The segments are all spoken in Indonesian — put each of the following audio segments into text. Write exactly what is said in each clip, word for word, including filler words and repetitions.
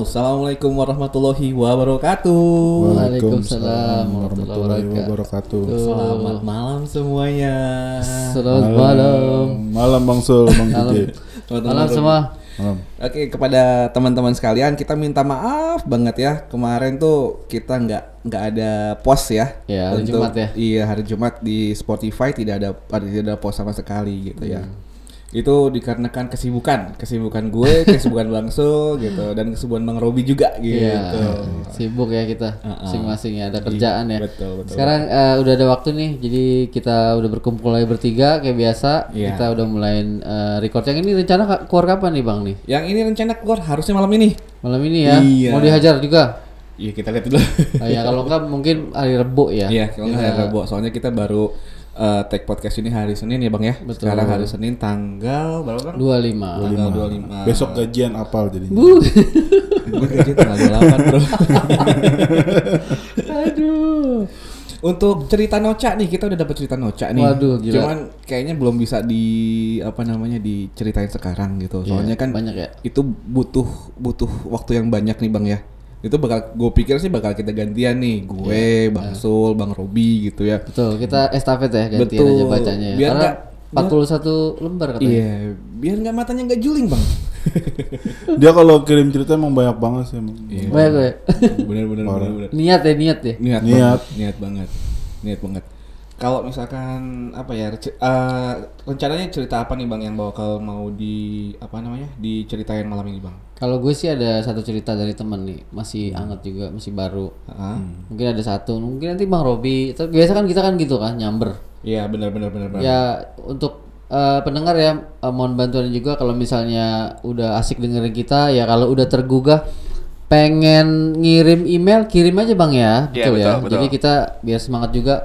Assalamualaikum warahmatullahi wabarakatuh. Waalaikumsalam warahmatullahi wabarakatuh. Selamat malam semuanya. Selamat malam. Malam Bang Sul, Bang Gigi. Malam semua. Malam. Oke, kepada teman-teman sekalian kita minta maaf banget ya. Kemarin tuh kita nggak nggak ada post ya. Ya, hari Untuk- Jumat ya. Iya, hari Jumat di Spotify tidak ada tidak ada post sama sekali gitu ya. Itu dikarenakan kesibukan, kesibukan gue, kesibukan Bang Sul gitu, dan kesibukan Bang Robi juga gitu. Iya. Sibuk ya kita. Uh-uh. Masing-masing ya ada kerjaan ya. Betul, betul. Sekarang eh, udah ada waktu nih. Jadi kita udah berkumpul lagi bertiga kayak biasa. Iya. Kita udah mulai eh, record. Yang ini rencana ka- keluar kapan nih, Bang nih? Yang ini rencana keluar harusnya malam ini. Malam ini ya. Iya. Mau dihajar juga. Iya, kita lihat dulu. Oh, ya kalau enggak mungkin hari Rebo ya. Iya, kalau nggak ada Rebo. Soalnya kita baru uh, take podcast ini hari Senin ya Bang ya. Betul. Sekarang hari Senin tanggal berapa Bang? dua puluh lima. Tanggal dua puluh lima. Besok gajian apal jadi. Bu. Gue gaji tanggal dua puluh delapan bro. Aduh. Untuk cerita Noca nih, kita udah dapat cerita Noca nih. Waduh, gila. Cuman kayaknya belum bisa di apa namanya diceritain sekarang gitu. Soalnya Iya, kan banyak ya. itu butuh butuh waktu yang banyak nih Bang ya. Itu bakal gue pikir sih bakal kita gantian nih, gue, Bang Sul, Bang Robi gitu ya. Betul, kita estafet ya gantian Betul. aja bacanya ya. Biar Karena nggak- empat puluh satu lembar katanya. Iya, biar nggak matanya nggak juling Bang. Dia kalau kirim cerita emang banyak banget sih. Emang. Iya. Banyak gue. Bener bener bener bener. Niat ya, niat ya. Niat, Niat. banget, niat banget, niat banget. Kalau misalkan apa ya, rece- eh, rencananya cerita apa nih Bang yang bakal mau di apa namanya diceritain malam ini Bang? Kalau gue sih ada satu cerita dari temen nih, masih hangat juga, masih baru. Heeh. Mungkin ada satu, mungkin nanti Bang Robi. Itu biasa kan kita kan gitu kan nyamber. Iya benar benar benar benar. Ya untuk eh, pendengar ya eh, mohon bantuan juga kalau misalnya udah asik dengerin kita ya, kalau udah tergugah pengen ngirim email kirim aja Bang ya, Iya, betul ya. betul, betul. Jadi kita biar semangat juga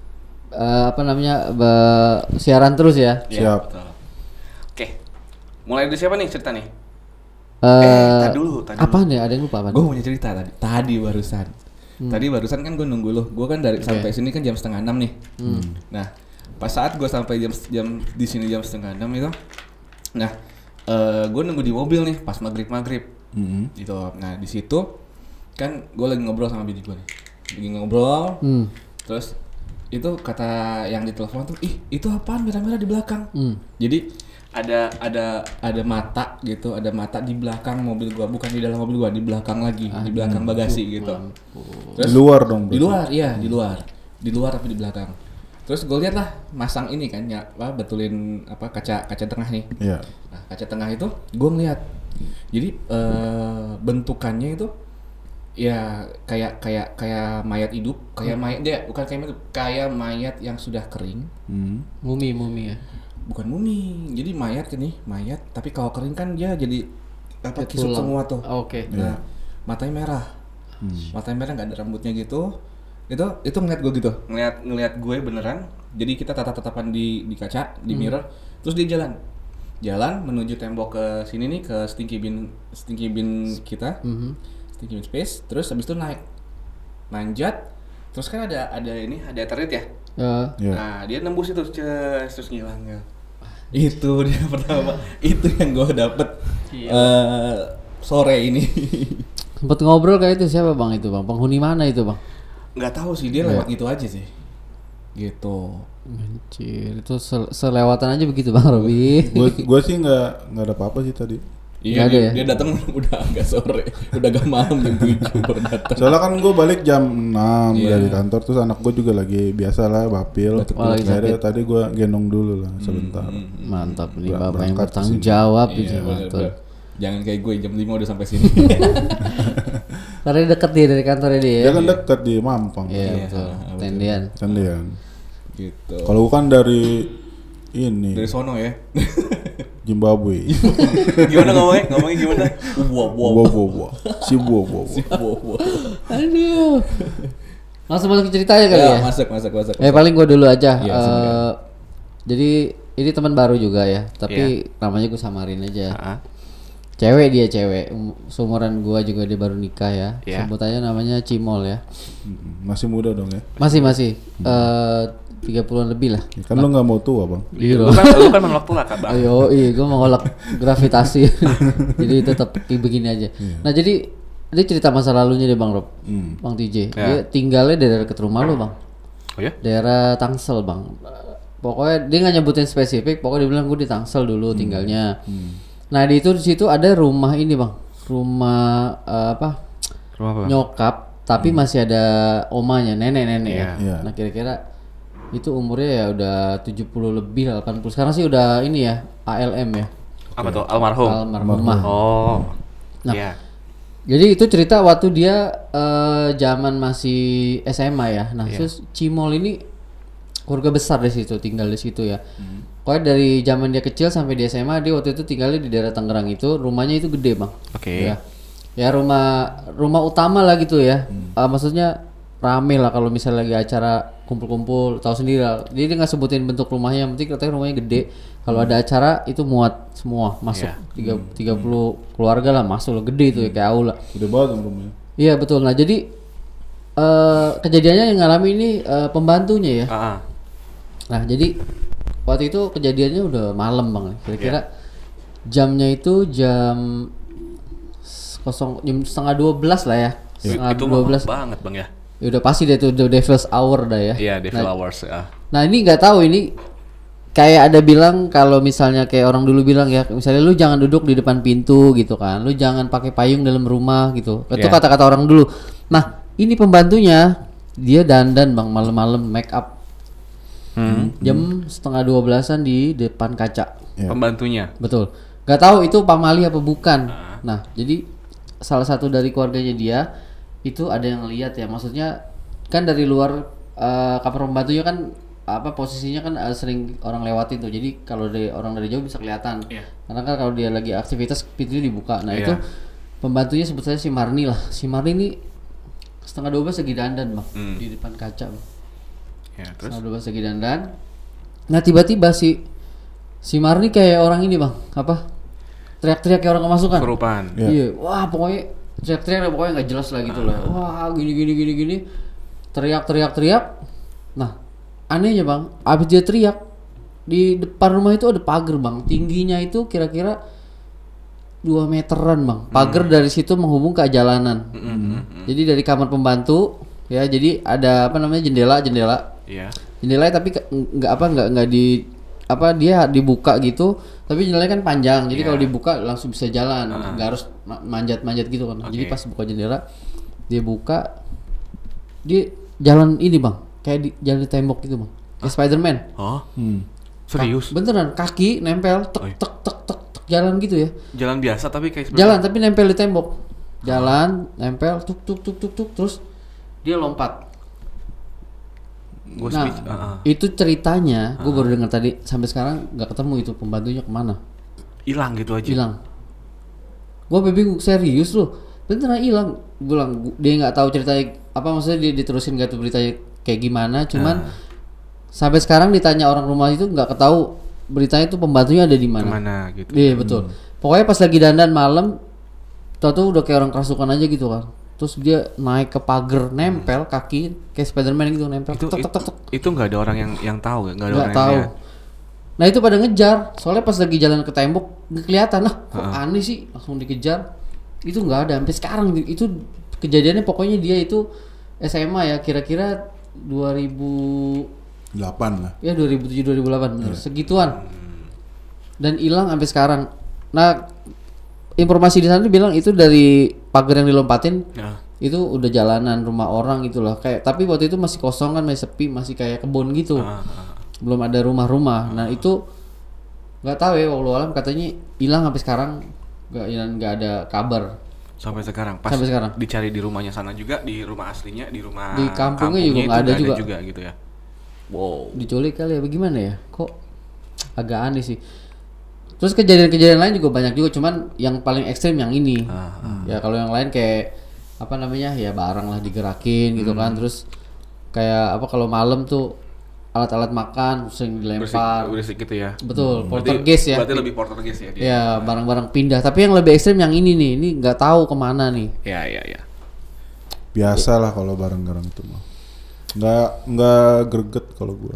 eh, apa namanya be- siaran terus ya. Iya, Siap. betul. Oke. Mulai dari siapa nih cerita nih? Eh, Eh, tadi dulu, tadi apa nih? Ada yang lupa apa? Gue punya cerita tadi. Tadi barusan. Tadi barusan kan gue nunggu lo. Gue kan dari sampai sini kan jam setengah enam nih. Nah, pas saat gue sampai jam jam di sini jam setengah enam itu, nah eh gue nunggu di mobil nih pas maghrib maghrib. Mhm. Gitu. Nah di situ kan gue lagi ngobrol sama bini gue nih. Lagi ngobrol. Hmm. Terus itu kata yang di telepon tuh, ih itu apaan merah-merah di belakang? Hmm. Jadi ada ada ada mata gitu, ada mata di belakang mobil gua, bukan di dalam mobil gua, di belakang lagi, di belakang bagasi gitu. Di luar dong. Di berarti. luar, iya di luar, di luar tapi di belakang. Terus gue lihat lah masang ini kan ya, apa betulin apa kaca kaca tengah nih. Iya. Nah kaca tengah itu gue ngeliat, jadi eh, bentukannya itu ya kayak kayak kayak mayat hidup, kayak mayat dia bukan kayak mayat, kayak mayat yang sudah kering. Hmm. Mumi, mumi ya. Bukan mumi, jadi mayat ini mayat, tapi kalau kering kan dia jadi apa Kayak kisut tulang. semua tuh. Oh, Oke. Nah, matanya merah, matanya merah nggak ada rambutnya gitu. Itu itu ngeliat gue gitu, ngeliat ngeliat gue beneran. Jadi kita tatap-tatapan di di kaca, di mirror, terus dia jalan, jalan menuju tembok ke sini nih ke stinky bin stinky bin kita, Mhm. stinky bin space. Terus habis itu naik, manjat, terus kan ada ada ini ada ethernet ya. Ya. Iya. Nah dia nembus itu ces, terus ngilang ya. Itu dia pertama, itu yang gue dapet eh, sore ini. Sempet ngobrol kayak itu siapa Bang itu Bang? Penghuni mana itu Bang? Nggak tahu sih dia lewat gitu aja sih, gitu. Anjir, itu se- selewatan aja begitu Bang Robi. Gue gue sih nggak nggak ada apa-apa sih tadi. Iya Nggak ada dia, ya? dia datang udah agak sore, udah agak malam jam tujuh baru datang. Soalnya kan gue balik jam enam Iya. dari kantor, terus anak gue juga lagi biasa lah bapil. Oh, lagi Akhirnya sakit. tadi gue gendong dulu lah sebentar. Mantap nih Ber- Bapak yang berangkat bertanggung kesini. jawab Iya, ini. bener, Mantul. bener. Jangan kayak gue jam lima udah sampai sini. Karena dia deket dia dari kantornya dia ya. Dia kan dekat di Mampang. Iya Iya, betul. betul. Tendian. Tendian. Gitu. Kalau bukan dari ini Dari sono ya. Zimbabwe. Gimana ngomongnya? Ngomongnya gimana? Wah wah Wow wow wow. Si wow wow. wah wah. Aduh. Langsung masuk ke ceritanya kali ya. Ya, masuk masuk masuk. Eh paling gua dulu aja. Iya, Eh, silakan. jadi ini teman baru juga ya, tapi namanya gue samarin aja. Ah, Cewek dia cewek, Um, seumuran gua juga dia baru nikah ya. Iya. Sebut aja namanya Cimol ya. Mm, Masih muda dong ya. Masih masih eh tiga puluhan lebih lah. Ya, kan lo nggak mau tua bang. Iya Lu kan lu kan menolak tua Kak, Bang. Ayo, iya, gue menolak gravitasi. Jadi tetap kayak begini aja. Nah, jadi dia cerita masa lalunya deh Bang Rob, Hmm. Bang T J. Ya. Dia tinggalnya daerah dekat rumah lu Bang, Oh ya? daerah Tangsel Bang. Pokoknya dia nggak nyebutin spesifik, pokoknya dia bilang gue di Tangsel dulu tinggalnya. Nah di itu di situ ada rumah ini Bang, rumah eh, apa? Rumah apa? Nyokap, tapi masih ada omanya, nenek-nenek ya. Iya. Nah kira-kira itu umurnya ya udah tujuh puluh lebih, delapan puluh. Sekarang sih udah ini ya, A L M ya. Apa tuh? Almarhum. Almarhumah. Oh. Nah. Iya. Jadi itu cerita waktu dia eh, zaman masih S M A ya. Nah, Iya. terus Cimol ini keluarga besar di situ, tinggal di situ ya. Pokoknya dari zaman dia kecil sampai di S M A dia waktu itu tinggalnya di daerah Tangerang itu, rumahnya itu gede, Bang. Oke. Ya. Ya rumah rumah utama lah gitu ya. Eh, maksudnya rame lah kalau misalnya lagi acara kumpul-kumpul, tahu sendiri lah. Jadi dia nggak sebutin bentuk rumahnya, yang penting katanya rumahnya gede. Kalau ada acara itu muat semua masuk Iya. tiga tiga puluh keluarga lah masuk lah, gede itu ya kayak aula. Gede banget kan rumahnya. Iya betul. Nah jadi eh kejadiannya yang ngalami ini eh, pembantunya ya. Ah, ah. Nah jadi waktu itu kejadiannya udah malam Bang. Kira-kira jamnya itu jam kosong jam setengah dua belas lah ya. Setengah Itu dua mah belas. banget bang ya. Ya udah pasti deh tuh the devil's hour dah ya. Iya, Devil Nah, Hours ya. nah ini nggak tahu ini kayak ada bilang kalau misalnya kayak orang dulu bilang ya, misalnya lu jangan duduk di depan pintu gitu kan, lu jangan pakai payung dalam rumah gitu. Itu Yeah. kata-kata orang dulu. Nah ini pembantunya dia dandan bang malam-malam make up Hmm. jam setengah dua belasan di depan kaca. Ya. Pembantunya. Betul. Gak tahu itu pamali apa bukan. Nah jadi salah satu dari keluarganya dia itu ada yang lihat ya, maksudnya kan dari luar eh, kamar pembantunya kan apa posisinya kan eh, sering orang lewatin tuh, jadi kalau dari orang dari jauh bisa kelihatan. Iya. Karena kan kalau dia lagi aktivitas pintunya dibuka. Nah Iya. itu pembantunya sebut saja si Marni lah. Si Marni ini setengah dua belas lagi dandan bang Hmm. di depan kaca bang. Ya, terus. Setengah dua belas lagi dandan. Nah tiba-tiba si si Marni kayak orang ini bang, apa teriak-teriak kayak orang kemasukan. Kesurupan. Iya. Iya, wah pokoknya teriak-teriak pokoknya nggak jelas lah gitu lah. Wah gini gini gini gini, teriak-teriak teriak. Nah anehnya bang, abis dia teriak di depan rumah itu ada pagar bang, tingginya itu kira-kira dua meteran bang. Pagar dari situ menghubung ke jalanan. Jadi dari kamar pembantu ya, jadi ada apa namanya jendela jendela Iya. jendela tapi ke- nggak apa nggak nggak di apa dia dibuka gitu, tapi jendelanya kan panjang, jadi Iya. kalau dibuka langsung bisa jalan, nggak harus ma- manjat-manjat gitu kan. Jadi Oke. pas buka jendela dia buka, dia jalan ini bang, kayak di jalan di tembok gitu bang, kayak Spiderman. Oh, Hmm. serius? Beneran kaki nempel tek Oh, iya. tek tek tek tek jalan gitu ya, Jalan biasa tapi kayak jalan tapi nempel di tembok, jalan nempel tuk tuk tuk tuk tuk terus dia lompat. Gue Nah, speech. ah, ah. itu ceritanya, gue baru dengar tadi, sampai sekarang nggak ketemu itu pembantunya kemana, Hilang gitu aja. hilang. Gue bingung serius loh, beneran hilang. Gue bilang gu- dia nggak tahu ceritanya apa, maksudnya dia diterusin nggak tahu beritanya kayak gimana, cuman sampai sekarang ditanya orang rumah itu nggak ketahu beritanya itu pembantunya ada di mana. Kemana gitu. Iya betul. Pokoknya pas lagi dandan malam, tau tuh udah kayak orang kerasukan aja gitu kan. Terus dia naik ke pagar, nempel kaki kayak Spiderman gitu, nempel. Itu tek, itu, tek, tek, tek. itu nggak ada orang yang yang tahu, nggak ada Nggak orang tahu. yang lihat. Nah itu pada ngejar, soalnya pas lagi jalan ke tembok nggak kelihatan lah, kok aneh sih, langsung dikejar. Itu nggak ada sampai sekarang. Itu kejadiannya pokoknya dia itu S M A ya, kira-kira dua ribu Delapan lah. ya dua ribu tujuh dua ribu delapan bener, segituan. Dan hilang sampai sekarang. Nah informasi di sana bilang itu dari pagar yang dilompatin. Nah, Itu udah jalanan rumah orang gitu loh, kayak tapi waktu itu masih kosong kan, masih sepi, masih kayak kebun gitu, ah, ah. belum ada rumah-rumah. Nah itu nggak tahu ya, wallahu alam katanya hilang sampai sekarang, nggak nggak ada kabar. Sampai sekarang. Pas Sampai sekarang. dicari di rumahnya sana juga, di rumah aslinya, di rumah Di kampungnya juga itu nggak ada nggak juga. gitu ya. Wow. Diculik kali ya, bagaimana ya, kok agak aneh sih. Terus kejadian-kejadian lain juga banyak juga, cuman yang paling ekstrim yang ini. Ah, Ya kalau yang lain kayak apa namanya ya, barang lah digerakin gitu Hmm. kan, terus kayak apa kalau malam tuh alat-alat makan sering dilempar. Berisik, berisik gitu ya. Betul, Berarti- poltergeist ya. Berarti lebih poltergeist ya dia. Ya barang-barang pindah. Tapi yang lebih ekstrim yang ini nih, ini nggak tahu kemana nih. Ya, ya, ya. Biasa lah kalau bareng-bareng itu mah. Nggak nggak greget kalau gua.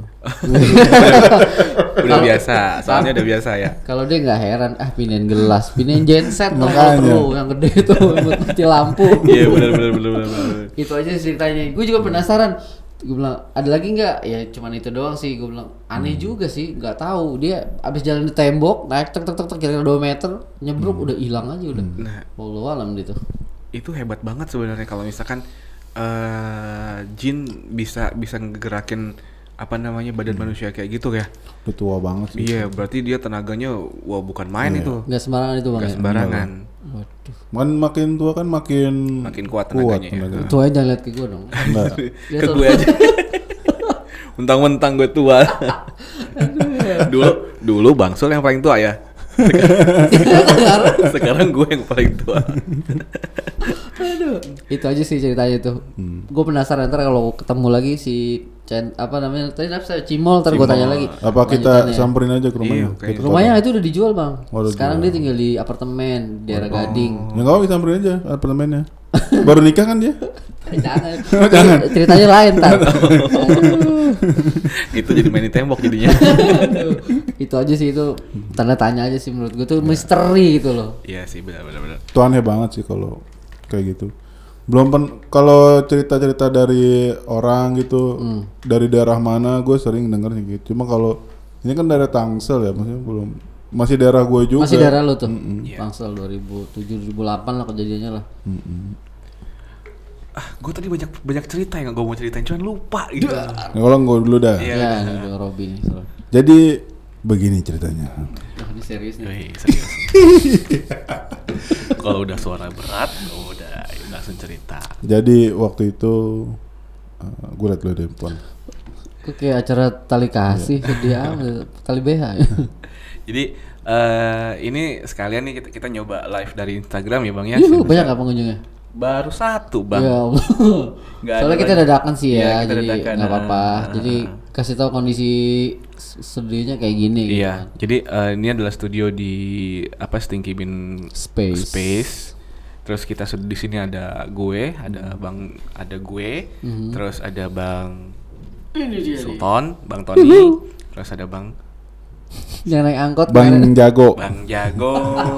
Udah biasa, soalnya udah biasa ya. Kalau dia nggak heran, ah pindahin gelas, pindahin genset tuh Makanya. bro, yang gede tuh buat mati lampu. Iya benar benar benar benar. Itu aja sih ceritanya. Gue juga penasaran. Gue bilang ada lagi nggak? Ya cuman itu doang sih. Gue bilang aneh juga sih, nggak tahu dia abis jalan di tembok, naik tek tek tek tek kira-kira dua meter, nyebruk udah hilang aja udah. Nah. Wallahu alam gitu. Itu hebat banget sebenarnya kalau misalkan uh, jin bisa bisa ngegerakin apa namanya badan manusia kayak gitu ya. Udah tua banget sih. Iya, berarti dia tenaganya wah bukan main Iya. itu. Nggak sembarangan itu bang. Gak Ya? sembarangan. Waduh. Man, makin tua kan makin Makin kuat tenaganya ya. tenaganya. Itu aja jangan lihat ke gue dong. Nggak. Dia Ke tuh- gue aja. Mentang-mentang gue tua. dulu dulu Bang Sul yang paling tua ya. Sekarang, sekarang gue yang paling tua. Aduh. Itu aja sih ceritanya tuh. Gue penasaran ntar kalau ketemu lagi si Chen, apa namanya tadi apa saya Cimol ntar gue tanya lagi. Apa kita lanjutannya. samperin aja ke rumahnya? Iya, kayak Kita Rumahnya itu udah dijual bang. Oh, udah Sekarang dijual. dia tinggal di apartemen di daerah Gading. Ya nggak apa kita samperin aja apartemennya. Baru nikah kan dia? Jangan. Jangan. Ceritanya lain tar. Itu jadi main di tembok jadinya. Aduh. Itu aja sih itu tanda tanya aja sih menurut gue tuh misteri gitu loh. Iya sih benar benar benar. Itu aneh banget sih kalau kayak gitu. Belum pen kalau cerita-cerita dari orang gitu dari daerah mana gue sering denger sih gitu. Cuma kalau ini kan daerah Tangsel ya, maksudnya belum masih daerah gue juga. Masih daerah lu tuh. Iya. Tangsel dua ribu tujuh dua ribu delapan lah kejadiannya lah. Ah, gue tadi banyak banyak cerita yang gue mau ceritain, cuman lupa gitu. Nah, kalau gue dulu dah. Iya. Ya, ini udah Robi nih. soalnya. Jadi begini ceritanya. Wah, ini serius nih. Wih, serius. Kalau udah suara berat, udah langsung cerita. Jadi waktu itu uh, gue liat dulu deh handphone. Kok kayak acara tali kasih sedih amat tali B H ya. Jadi eh ini sekalian nih kita, kita nyoba live dari Instagram ya Bang ya. Yuh, banyak apa pengunjungnya? Baru satu Bang. Ya Allah. Nggak Soalnya ada kita lagi. dadakan sih Iya, ya, kita jadi dadakan. nggak apa-apa. Ah. Jadi kasih tahu kondisi s- sedihnya kayak gini. gitu Iya, kan. jadi eh, ini adalah studio di apa Stinky Bean Space. Space. Terus kita sud- di sini ada gue, ada Bang, ada gue, terus ada Bang Ini dia nih. Sultan, Bang Tony, terus ada Bang Yang naik angkot Bang kemarin. Jago. Bang Jago.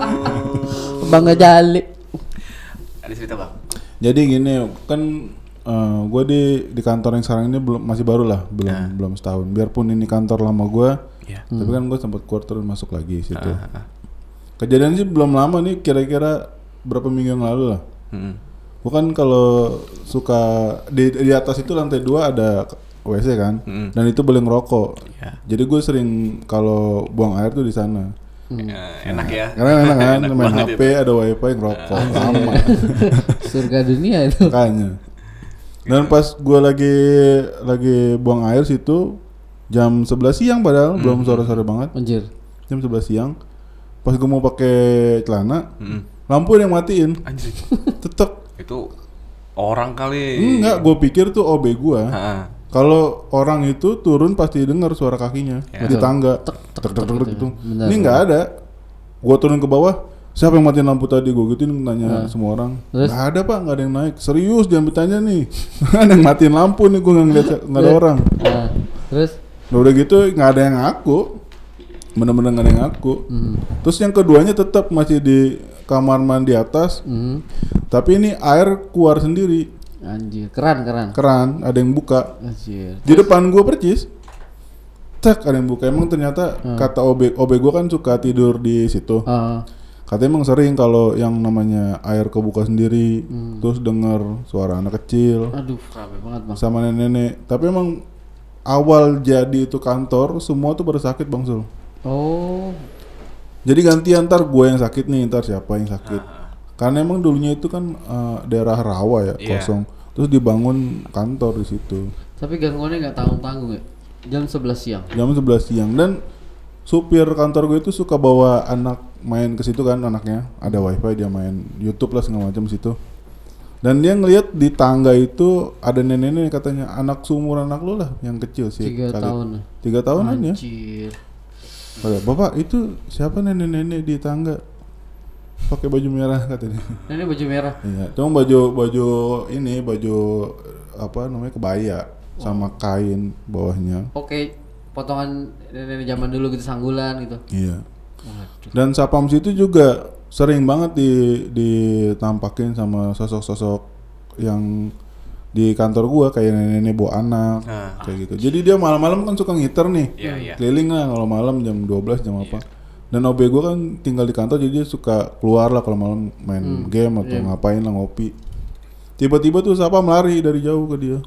Bang Ngejali. Ada cerita Bang? Jadi gini kan uh, gue di di kantor yang sekarang ini belum masih baru lah, belum Nah. belum setahun. Biarpun ini kantor lama gue, Iya. tapi kan gue sempat keluar terus masuk lagi situ. Ah, ah. Kejadian sih belum lama nih, kira-kira berapa minggu yang lalu lah. Mm-mm. Gue kan kalau suka di di atas itu lantai dua ada W C kan, Mm-mm. dan itu boleh ngerokok. Iya. Jadi gue sering kalau buang air tuh di sana. Eh, enak ya. Karena enak kan, Enak main banget H P, ada wifi, ngerokok, sama. Surga dunia itu. Makanya. Dan pas gue lagi lagi buang air situ jam sebelas siang padahal belum sore-sore banget. Anjir. Jam sebelas siang. Pas gue mau pakai celana, Mm-mm. lampu yang matiin. Anjir. Tetep. Itu orang kali. Enggak, gue pikir tuh O B gue. Ah, ah. Kalau orang itu turun pasti dengar suara kakinya Ya. di tangga. Tek, tek, Tek, tek, tek tek, gitu gitu. ya. Benar, Ini nggak ada. Gue turun ke bawah. Siapa yang matiin lampu tadi? Gue gituin nanya Nah. semua orang. Terus? Nggak ada pak, nggak ada yang naik. Serius jangan bertanya nih. Ada yang matiin lampu nih, gue nggak ngeliat nggak ada orang. Nah, terus Nah, udah gitu nggak ada yang ngaku. Bener-bener nggak ada yang ngaku. hmm. Terus yang keduanya tetap masih di kamar mandi atas. Hmm. Tapi ini air keluar sendiri. Anjir, keran keran. Keran ada yang buka. Anjir. Di depan gue percis. Tak ada yang buka. Emang ternyata kata O B O B gue kan suka tidur di situ. Ah, Katanya emang sering kalau yang namanya air kebuka sendiri, terus dengar suara anak kecil aduh, rame banget bang. sama nenek-nenek. Tapi emang awal jadi itu kantor semua tuh pada sakit Bang Sul. Oh, Jadi gantian ntar gue yang sakit nih, ntar siapa yang sakit. Karena emang dulunya itu kan eh, daerah rawa ya, Iya. kosong. Terus dibangun kantor di situ. tapi gangguannya nggak tanggung tanggung ya. Jam sebelas siang. Jam sebelas siang dan supir kantor gue itu suka bawa anak main ke situ kan, anaknya ada wifi, dia main YouTube lah segala macam situ. Dan dia ngelihat di tangga itu ada nenek-nenek katanya anak seumuran anak lu lah yang kecil sih. Tiga kali. tahun. Tiga tahunan ya. Anjir. Kata, Bapak itu siapa nenek-nenek di tangga? Pakai baju merah katanya. Nah, ini baju merah. Iya, cuma baju baju ini baju apa namanya kebaya. sama kain bawahnya. Oke, potongan nenek zaman dulu gitu, sanggulan gitu. Iya. Dan Satpam situ juga sering banget di ditampakin sama sosok-sosok yang di kantor gua kayak nenek-nenek bawa anak Nah. kayak gitu. Jadi dia malam-malam kan suka ngiter nih. Iya, iya. Keliling lah kalau malam jam dua belas jam apa. Dan O B gua kan tinggal di kantor jadi dia suka keluar lah kalau malam main game atau ngapain lah ngopi. Tiba-tiba tuh Satpam lari dari jauh ke dia.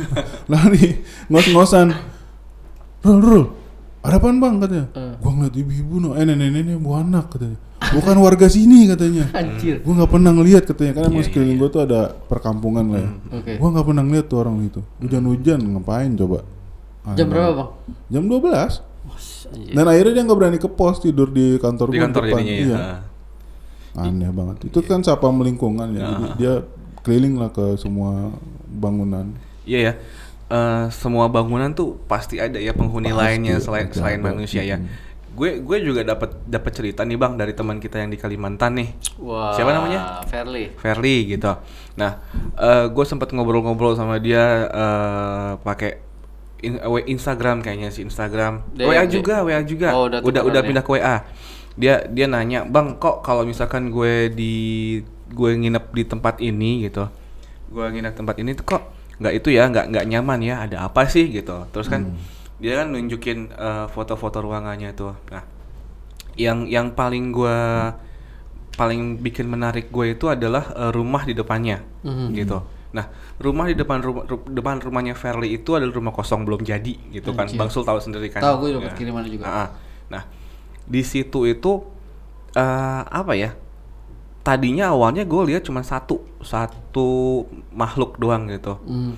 Lari ngos-ngosan. Rul, Rul, ada apaan bang katanya? Gua ngeliat ibu-ibu no, eh nenek-nenek bawa anak katanya. Bukan warga sini katanya. Anjir. Gua nggak pernah ngeliat katanya karena emang Iya, sekeliling iya, gua tuh ada perkampungan lah ya. Oke. Gua nggak pernah ngeliat tuh orang itu. Hujan-hujan ngapain coba? Jam berapa, Bang? Jam dua belas. Anjir. Dan akhirnya dia nggak berani ke pos, tidur di kantor Di gua kantor depan. jadinya ya. Iya. Ah. Aneh banget. Itu kan Satpam lingkungan ya. Jadi dia keliling lah ke semua bangunan. Iya ya. Eh, semua bangunan tuh pasti ada ya penghuni Pasti lainnya selain ada, selain ada. manusia ya. Hmm. Gue gue juga dapat dapat cerita nih Bang dari teman kita yang di Kalimantan nih. Wah. Siapa namanya? Fairly. Ferli gitu. Nah, eh, gue sempat ngobrol-ngobrol sama dia eh, pakai in- W- Instagram kayaknya sih Instagram. Dia- W A dia- juga, W A juga. Oh, udah udah tukeran udah ya? pindah ke W A. Dia dia nanya, "Bang, kok kalau misalkan gue di gue nginep di tempat ini gitu. Gue nginep tempat ini tuh kok nggak itu ya, nggak nggak nyaman ya. Ada apa sih gitu?" Terus kan dia kan nunjukin eh, foto-foto ruangannya tuh. Nah, yang yang paling gue paling bikin menarik gue itu adalah eh, rumah di depannya gitu. Nah, rumah di depan rumah ru- depan rumahnya Fairly itu adalah rumah kosong belum jadi gitu kan. Anjir. Bang Sul tahu sendiri kan. Tahu, gue dapat Ya. kiriman juga. Nah, nah, di situ itu eh, apa ya? Tadinya awalnya gue lihat cuma satu satu makhluk doang gitu. Hmm.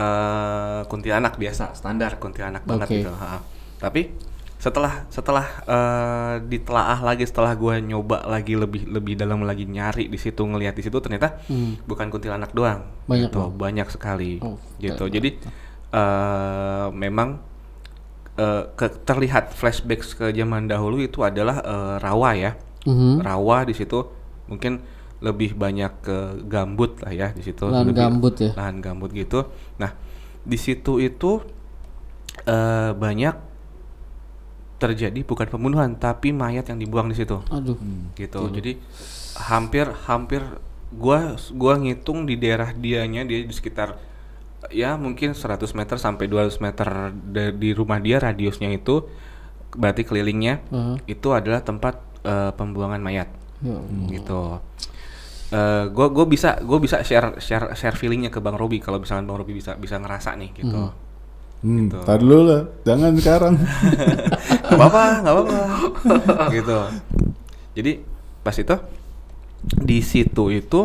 Eh, kuntilanak biasa, standar kuntilanak banget Oke. gitu. Ha. Tapi setelah setelah eh, ditelaah lagi, setelah gue nyoba lagi lebih lebih dalam lagi nyari di situ, ngelihat di situ ternyata Hmm. bukan kuntilanak doang. Banyak, gitu. Bang? Banyak sekali. Oh, gitu. keren Jadi eh, memang eh, ke- terlihat flashback ke zaman dahulu itu adalah eh, rawa ya. Mhm. Rawa di situ mungkin lebih banyak ke gambut lah ya di situ. Lahan Lebih- gambut ya? Lahan gambut gitu. Nah, di situ itu eh, banyak terjadi bukan pembunuhan tapi mayat yang dibuang di situ. Aduh. Gitu. Jadi hampir hampir gua gua ngitung di daerah dianya dia di sekitar ya mungkin seratus meter sampai dua ratus meter da- di rumah dia radiusnya itu berarti kelilingnya Aha. itu adalah tempat eh, pembuangan mayat Ya Allah. gitu. Eh gue gue bisa gue bisa share share share feelingnya ke Bang Robi kalau misalkan Bang Robi bisa bisa ngerasa nih gitu. Hmm, Gitu. tar dulu lah, jangan sekarang. Gak apa-apa, gak apa-apa. gitu. Jadi pas itu di situ itu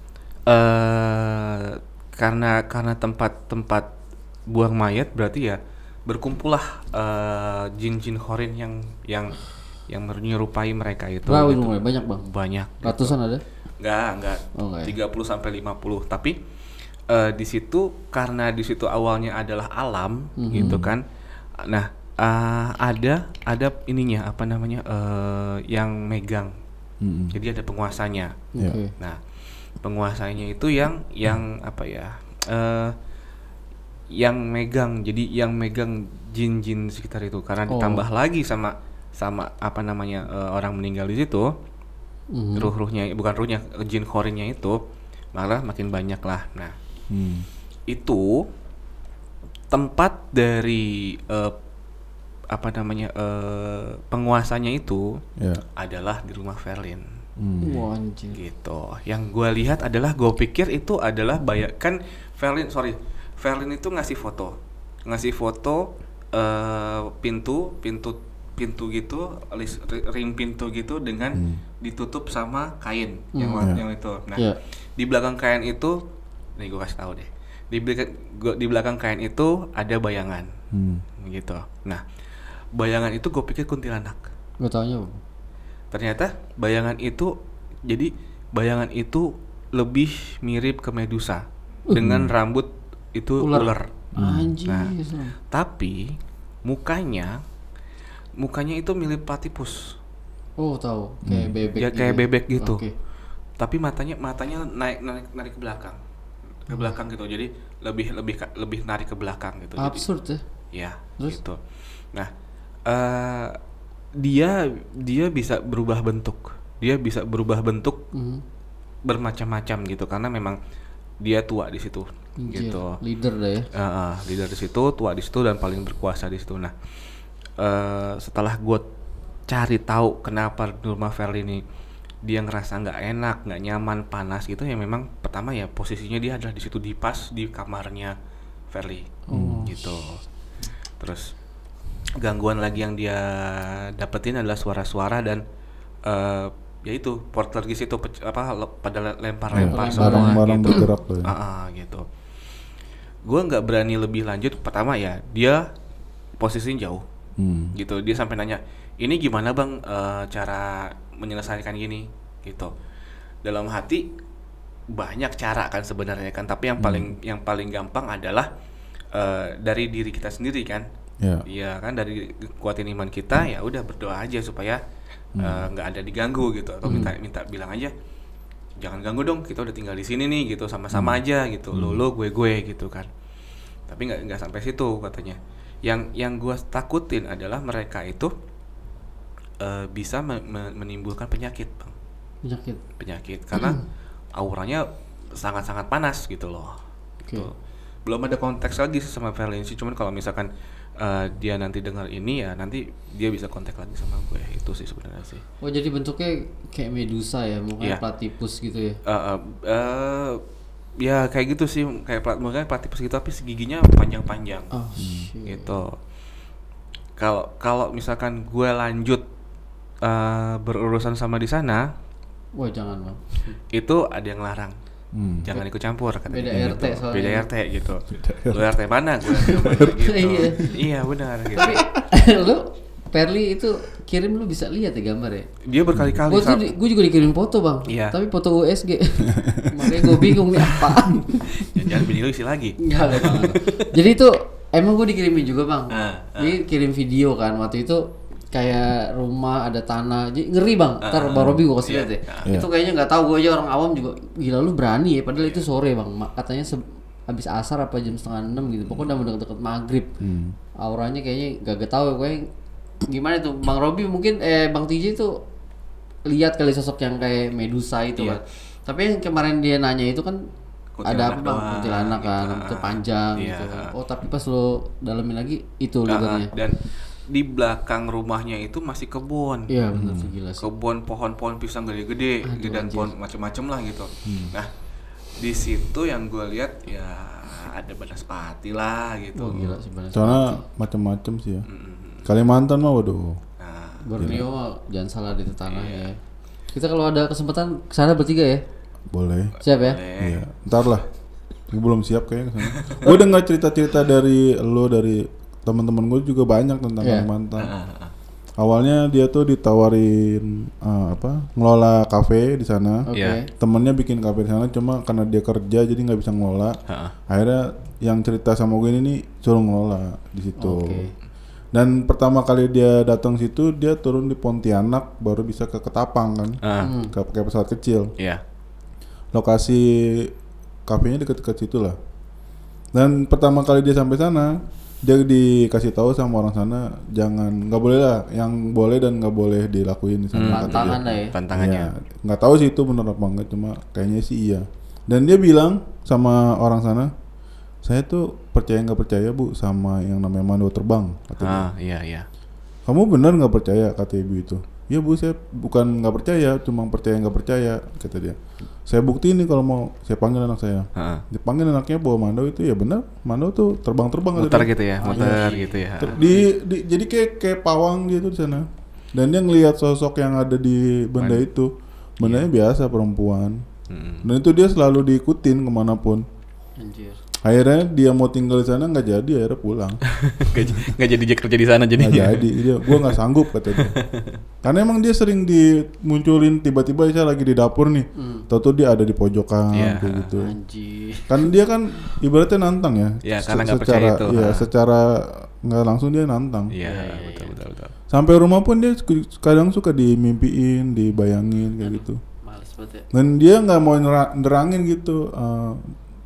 eh karena karena tempat-tempat buang mayat berarti ya berkumpullah eh, jin-jin khorin yang yang yang menyerupai mereka itu. Berapa gitu. rumahnya? Banyak, Bang? Banyak. Ratusan ada? Enggak, enggak. Oh, enggak ya? tiga puluh sampai lima puluh. Tapi eh, di situ karena di situ awalnya adalah alam gitu kan. Nah, eh, ada ada ininya apa namanya? eh, yang megang. Mm-mm. Jadi ada penguasanya. Ya. Oke. Nah, penguasanya itu yang yang apa ya? eh yang megang. Jadi yang megang jin-jin sekitar itu karena Oh. ditambah lagi sama sama apa namanya? eh, orang meninggal di situ. Mhm. Ruh-ruhnya bukan ruhnya jin khorinnya itu malah makin banyak lah. Nah, Hmm. itu tempat dari eh, apa namanya eh, penguasanya itu Ya. adalah di rumah Verlin Hmm. Wah, anjir. gitu. Yang gue lihat adalah gue pikir itu adalah bayar kan Verlin sorry Verlin itu ngasih foto ngasih foto eh, pintu pintu pintu gitu lis- ring pintu gitu dengan Hmm. ditutup sama kain yang Hmm. wa- Ya. yang itu. Nah, Ya. di belakang kain itu nih gue kasih tahu deh. Di belakang gua- di belakang kain itu ada bayangan Hmm. gitu. Nah, bayangan itu gue pikir kuntilanak. Gak taunya, Bang. Ternyata bayangan itu jadi bayangan itu lebih mirip ke Medusa dengan rambut itu Ular. ular. Anjir. Nah, Islam. tapi mukanya mukanya itu mirip platypus. Oh, tahu. Kayak bebek. Ya, kayak bebek gitu. Oke. Tapi matanya matanya naik naik narik ke belakang. ke belakang gitu. Jadi lebih lebih lebih narik ke belakang gitu. Absurd jadi, ya. Ya, terus? Gitu. Nah, uh, dia dia bisa berubah bentuk. Dia bisa berubah bentuk mm. bermacam-macam gitu karena memang dia tua di situ. Anjir, gitu. Leader dah ya. Uh, uh, leader di situ, tua di situ dan paling berkuasa di situ. Nah, uh, setelah gue cari tahu kenapa Nurma Verly ini dia ngerasa nggak enak, nggak nyaman, panas gitu ya, memang pertama ya posisinya dia adalah di situ di pas di kamarnya Verly, oh. gitu. Terus gangguan lagi yang dia dapetin adalah suara-suara dan uh, ya itu poltergeist itu apa pada lempar-lempar ya, barang-barang gitu. Bergerak tuh. Ya. Uh, uh, gitu. Gue nggak berani lebih lanjut. Pertama ya dia posisinya jauh, hmm. gitu. Dia sampai nanya, ini gimana bang uh, cara menyelesaikan gini gitu. Dalam hati banyak cara kan sebenarnya kan, tapi yang paling hmm. yang paling gampang adalah uh, dari diri kita sendiri kan. Iya yeah. kan, dari kuatin iman kita, ya udah berdoa aja supaya nggak hmm. uh, ada diganggu gitu, atau hmm. minta minta bilang aja jangan ganggu dong, kita udah tinggal di sini nih gitu, sama-sama hmm. aja gitu, hmm. lo lo gue gue gitu kan. Tapi nggak nggak sampai situ katanya. Yang yang gue takutin adalah mereka itu Uh, bisa me- me- menimbulkan penyakit bang, penyakit, penyakit karena auranya sangat-sangat panas gitu loh. Okay. Gitu. Belum ada konteks lagi sama Verly sih, cuman kalau misalkan uh, dia nanti dengar ini ya nanti dia bisa kontak lagi sama gue, itu sih sebenarnya sih. Oh jadi bentuknya kayak Medusa ya, mukanya yeah. platypus gitu ya? Uh, uh, uh, ya kayak gitu sih, kayak plat, mukanya platypus gitu, tapi giginya panjang-panjang. Oh, hmm. gitu. Kalau kalau misalkan gue lanjut Uh, berurusan sama di sana, wah jangan bang. Itu ada yang larang, hmm. jangan ikut campur katanya. Beda R T gitu. soalnya. Beda R T gitu. Lu R T mana? Gue gitu. Iya. Iya benar gitu. Tapi lu Verly itu kirim, lu bisa lihat ya gambar ya? Dia berkali-kali. Gue tuh, gue juga dikirim foto bang. Iya. Tapi foto U S G. Makanya gue bingung nih apaan. Jangan bini lu isi lagi. Enggak bang. Jadi itu emang gue dikirimin juga bang. Uh, uh. Dia kirim video kan waktu itu. Kayak rumah ada tanah, jadi ngeri bang. Ntar uh, Bang Robi gue kasih lihat ya. Yeah. Itu kayaknya nggak tahu, gue aja orang awam juga. Gila lu berani ya, padahal yeah. itu sore bang. Katanya se- habis asar apa jam setengah enam gitu. Pokoknya udah deket-deket maghrib. Hmm. Auranya kayaknya gak tahu. Gue gimana tuh Bang Robi mungkin eh Bang T J tuh lihat kali sosok yang kayak Medusa itu yeah. kan. Tapi yang kemarin dia nanya itu kan ada apa bang? Kuntilanak kan, gitu. Itu panjang yeah. gitu kan. Oh tapi pas lo dalemin lagi itu uh, leadernya. Dan di belakang rumahnya itu masih kebun. Iya benar sih, gila sih. Kebun pohon-pohon pisang gede-gede, aduh, dan anjir. Pohon macam-macam lah gitu. Hmm. Nah, di situ yang gue lihat ya ada banaspati lah gitu. Oh, gila sih banaspati. Soalnya macam-macam sih ya. Mm-hmm. Kalimantan mah waduh. Nah, Borneo mah jangan salah di tanah iya. ya. Kita kalau ada kesempatan kesana bertiga ya. Boleh. Siap ya? Boleh. Iya. Ntar lah. Gue belum siap kayaknya kesana. Gue dengar cerita-cerita dari lo, dari teman-teman gue juga banyak tentang yeah. Kalimantan. Uh, uh, uh. Awalnya dia tuh ditawarin uh, apa ngelola kafe di sana. Okay. Temennya bikin kafe di sana, cuma karena dia kerja jadi nggak bisa ngelola. Uh, uh. Akhirnya yang cerita sama gue ini nih suruh ngelola di situ. Okay. Dan pertama kali dia datang situ dia turun di Pontianak, baru bisa ke Ketapang kan, uh. ke pakai pesawat kecil. Yeah. Lokasi kafenya dekat-dekat situ lah. Dan pertama kali dia sampai sana, dia dikasih tahu sama orang sana jangan, nggak boleh lah, yang boleh dan nggak boleh dilakuin di sana. Tantangan lah ya. Tantangannya. Ya, nggak tahu sih itu benar apa enggak, cuma kayaknya sih iya. Dan dia bilang sama orang sana, saya tuh percaya nggak percaya bu sama yang namanya mandu terbang. Ah iya iya. Kamu benar nggak percaya, kata ibu itu. Iya bu, saya bukan nggak percaya, cuma percaya nggak percaya, kata dia. Saya buktiin nih kalau mau, saya panggil anak saya. Ha. Dipanggil anaknya bawa mandau itu, ya benar, mandau tuh terbang-terbang. Muter gitu ya, muter gitu ya. Di, di, jadi kayak kayak pawang gitu di sana. Dan dia ngelihat sosok yang ada di benda Man. itu, bendanya yeah. biasa perempuan. Hmm. Dan itu dia selalu diikutin kemanapun. Anjir. Akhirnya dia mau tinggal di sana nggak jadi, akhirnya pulang. Nggak jadi dia kerja di sana jadi. Nggak jadi, dia, gue nggak sanggup kata dia. Karena emang dia sering dimunculin tiba-tiba saya lagi di dapur nih, hmm. tahu-tahu dia ada di pojokan yeah. kayak gitu. Anjir. Kan dia kan ibaratnya nantang ya. Iya, karena Se- nggak percaya itu. Iya, secara nggak langsung dia nantang. Iya, ya, betul, betul, betul. Sampai rumah pun dia kadang suka dimimpiin, dibayangin kayak gitu. Males banget ya. Dan dia nggak mau nerangin gitu. Uh,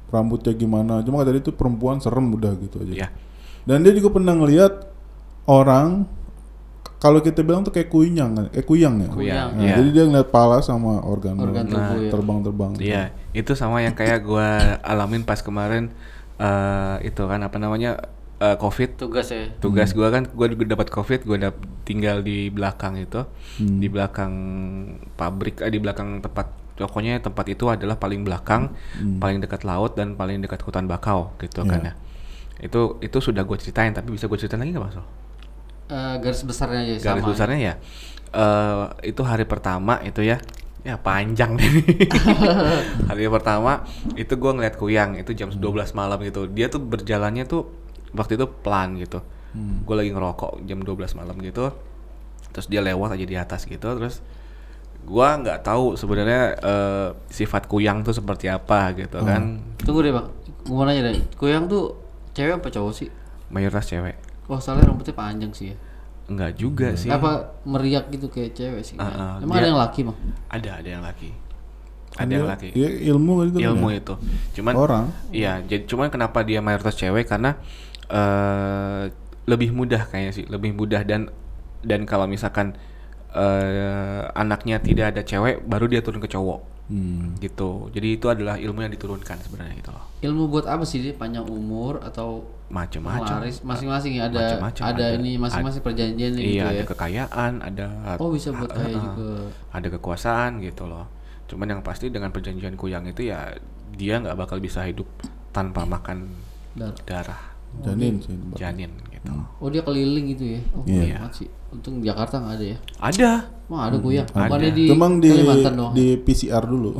rambutnya gimana. Cuma kata dia itu perempuan serem udah gitu aja. Iya. Dan dia juga pernah ngelihat orang kalau kita bilang tuh kayak kuyang kan, eh kuyang ya. Kuyang, Nah, iya. jadi dia ngeliat pala sama organ, Organ tubuh, ya. terbang-terbang. Iya, itu sama yang kayak gua alamin pas kemarin eh itu kan apa namanya eh, COVID. Tugas ya. Tugas gua kan gua juga dapat COVID, gua dap- tinggal di belakang itu, Hmm. di belakang pabrik, eh, di belakang tempat pokoknya tempat itu adalah paling belakang, paling dekat laut dan paling dekat hutan bakau gitu kan Iya. ya. Itu itu sudah gue ceritain, tapi bisa gue ceritain lagi nggak Mas? Eh, garis besarnya aja Garis sama. besarnya ya, eh, itu hari pertama itu ya, ya panjang deh. Hari pertama itu gue ngeliat kuyang itu jam dua belas malam gitu. Dia tuh berjalannya tuh waktu itu pelan gitu. Gue lagi ngerokok jam dua belas malam gitu. Terus dia lewat aja di atas gitu. Terus gue nggak tahu sebenarnya eh, sifat kuyang tuh seperti apa gitu kan. Tunggu deh bang, gue mau nanya deh, kuyang tuh cewek apa cowok sih? Mayoritas cewek. Wah soalnya rambutnya panjang sih ya. Enggak juga sih. Apa meriak gitu kayak cewek sih? Uh, uh, Emang dia- ada yang laki bang? Ada, ada yang laki. Kan Ada yang dia- laki. Iya ilmu kan itu. kan Ilmu ya? itu. Cuman Orang. Iya, jadi cuman kenapa dia mayoritas cewek karena eh lebih mudah kayaknya sih, lebih mudah dan dan kalau misalkan eh anaknya tidak ada cewek baru dia turun ke cowok. Hmm. Gitu. Jadi itu adalah ilmu yang diturunkan sebenarnya gitu loh. Ilmu buat apa sih dia? Panjang umur atau Macam-macam. penglaris? Masing-masing ya ada Macam-macam, ada, ada. ini masing-masing perjanjian gitu Iya, ada ya. kekayaan, ada Oh bisa buat kaya uh-uh, juga. ada kekuasaan gitu loh. Cuman yang pasti dengan perjanjian kuyang itu ya dia nggak bakal bisa hidup tanpa makan Dar. darah Janin sih. janin gitu. Oh dia keliling gitu ya? Oh Iya. iya. Banget sih. Untung Jakarta nggak ada ya. Ada. Wah ada kuyang. Ada. Bukannya di Cuma di Kalimantan doang. di P C R dulu.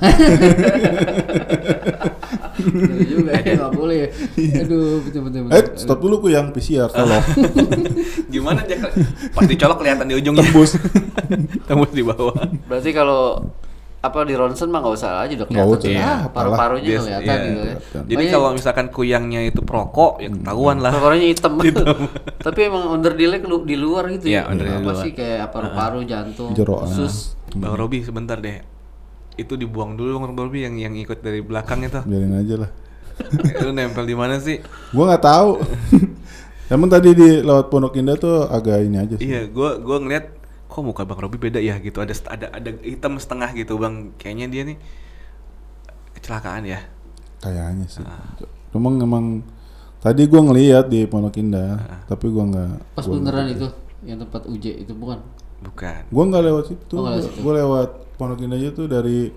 Bener juga ya, nggak boleh ya. Aduh betul betul betul. Eh stop dulu ku yang P C R tolong. Gimana aja pas dicolok kelihatan di ujungnya. Tembus. Tembus di bawah. Berarti kalau apa di ronsen mah nggak usah aja udah Nggak kelihatan. usah. tuh. Ah, apalah. Paru-parunya Bias- kelihatan iya. gitu ya. Jadi Makanya kalau misalkan kuyangnya itu perokok ya ketahuan lah. paru-parunya hitam. Tapi emang underdilek lu di luar gitu Iya, ya. underdilek Apa di luar. sih kayak paru-paru, jantung, Jeroan. usus. Bang Robi sebentar deh. Itu dibuang dulu Bang Robi yang yang ikut dari belakang itu. Biarin aja lah. Lu nempel di mana sih? Gua nggak tahu. Emang tadi di lewat Pondok Indah tuh agak ini aja sih. Iya, gua gua ngeliat kok muka Bang Robi beda ya gitu. Ada ada ada hitam setengah gitu, Bang. Kayaknya dia nih kecelakaan ya. Kayaknya sih. Cuma emang tadi gua ngeliat di Pondok Indah, tapi gua nggak. Pas gua beneran nggak- itu yang tempat U J itu bukan? Bukan. Gua nggak lewat situ. Oh, nggak lewat situ. Gua lewat Pondok Indah aja tuh dari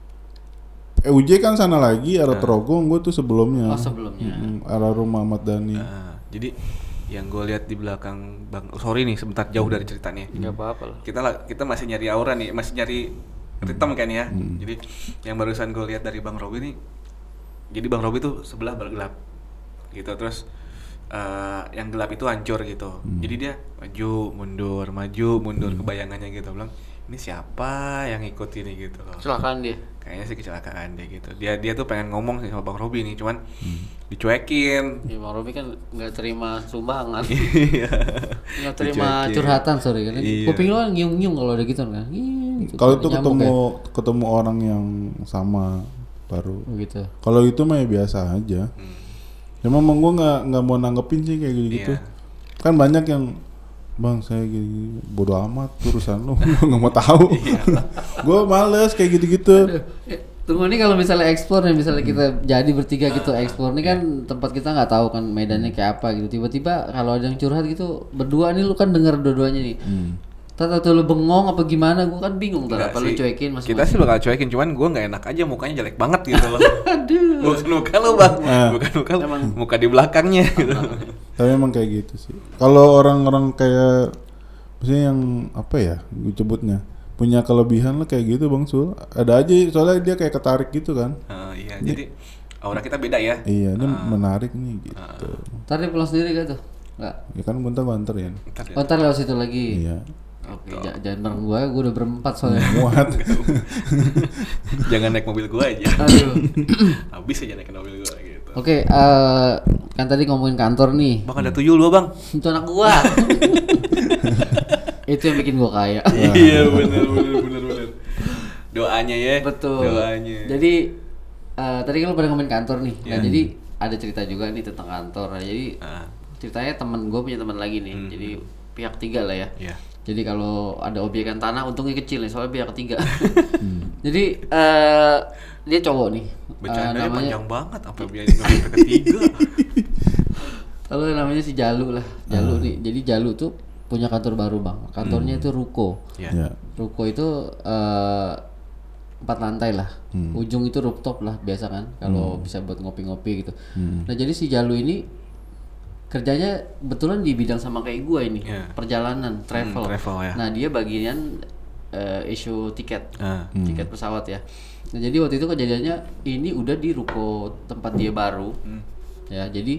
eh, U J kan sana lagi arah Trogong. Gua tuh sebelumnya. Oh sebelumnya. Mm, arah rumah Ahmad Dhani. Nah, jadi yang gue lihat di belakang Bang, oh, sorry nih sebentar jauh dari ceritanya. Nggak apa-apa lah. Kita lah kita masih nyari aura nih, masih nyari ritme kan ya. Jadi yang barusan gue lihat dari Bang Robi nih, jadi Bang Robi tuh sebelah bergelap, gitu. Terus eh, yang gelap itu hancur gitu. Jadi dia maju mundur, maju mundur kebayangannya gitu. Bilang ini siapa yang ikut ini gitu loh. Kecelakaan dia. Kayaknya sih kecelakaan deh gitu. Dia dia tuh pengen ngomong sih sama Bang Robi nih, cuman dicuekin. Ya Bang Robi kan nggak terima sumbangan. Iya. Nggak terima Dicuekin. curhatan sorry kan. Iya. Kuping lu kan nyiung-nyiung kalau ada gitu kan. Nyiung gitu. Kalau itu Nyamuk ketemu ya. ketemu orang yang sama baru. Oh, gitu. Kalau itu mah ya biasa aja. Hmm. Cuma emang gua nggak nggak mau nanggepin sih kayak gitu-gitu. Iya. Kan banyak yang bang saya gini bodo amat urusan lu nggak mau tahu. Iya. Gua males kayak gitu-gitu. Eh, tunggu nih kalau misalnya explore nih misalnya kita jadi bertiga gitu explore nih kan tempat kita nggak tahu kan medannya kayak apa gitu tiba-tiba kalau ada yang curhat gitu berdua nih lu kan denger dua-duanya nih Hmm. Tata tuh lu bengong apa gimana gua kan bingung tuh Enggak apa lu sih. cuekin masih Kita sih bakal cuekin, cuman gue nggak enak aja mukanya jelek banget gitu loh. aduh Bukan muka lo bang, Ah. bukan muka lo, muka di belakangnya gitu. Tapi emang kayak gitu sih. Kalau orang-orang kayak maksudnya yang apa ya gue sebutnya punya kelebihan lah kayak gitu Bang Sul. Ada aja soalnya dia kayak ketarik gitu kan. Ah, iya, jadi aura kita beda ya. Iya, ini menarik nih gitu. ntar dia pulang sendiri gak tuh nggak Ya kan gue ntar gua anterin. Ntar ya. oh ntar lewat situ lagi Iya. oke ja- jangan bareng gua gua udah berempat soalnya Muat. Jangan naik mobil gue aja. aduh Habis aja naik mobil gue gitu. oke eh, kan tadi ngomongin kantor nih Bang ada tuyul lo bang. itu anak gua itu yang bikin gua kaya Iya benar benar benar benar. Doanya ya. betul Doanya. jadi uh, tadi kan lu pada ngomongin kantor nih. Nah, Yeah. jadi ada cerita juga nih tentang kantor. Nah, jadi Ah. ceritanya teman gue punya teman lagi nih. Hmm. Jadi pihak tiga lah ya. Iya. Jadi kalau ada objekan tanah untungnya kecil nih soalnya pihak ketiga. Jadi uh, dia cowok nih. Uh, Bercandanya namanya panjang banget apa biar yang ketiga. kalau namanya si Jalu lah. Jalu nih. Jadi Jalu tuh punya kantor baru, Bang. Kantornya itu ruko. Iya. Ya. Ruko itu uh, empat lantai lah. Hmm. Ujung itu rooftop lah biasa kan kalau bisa buat ngopi-ngopi gitu. Hmm. Nah, jadi si Jalu ini kerjanya kebetulan di bidang sama kayak gua ini, Iya. perjalanan, travel. Hmm, travel, ya. Nah, dia bagian uh, issue tiket. Ah. Tiket pesawat ya. Nah, jadi waktu itu kejadiannya ini udah di ruko tempat dia baru. Hmm. Ya, jadi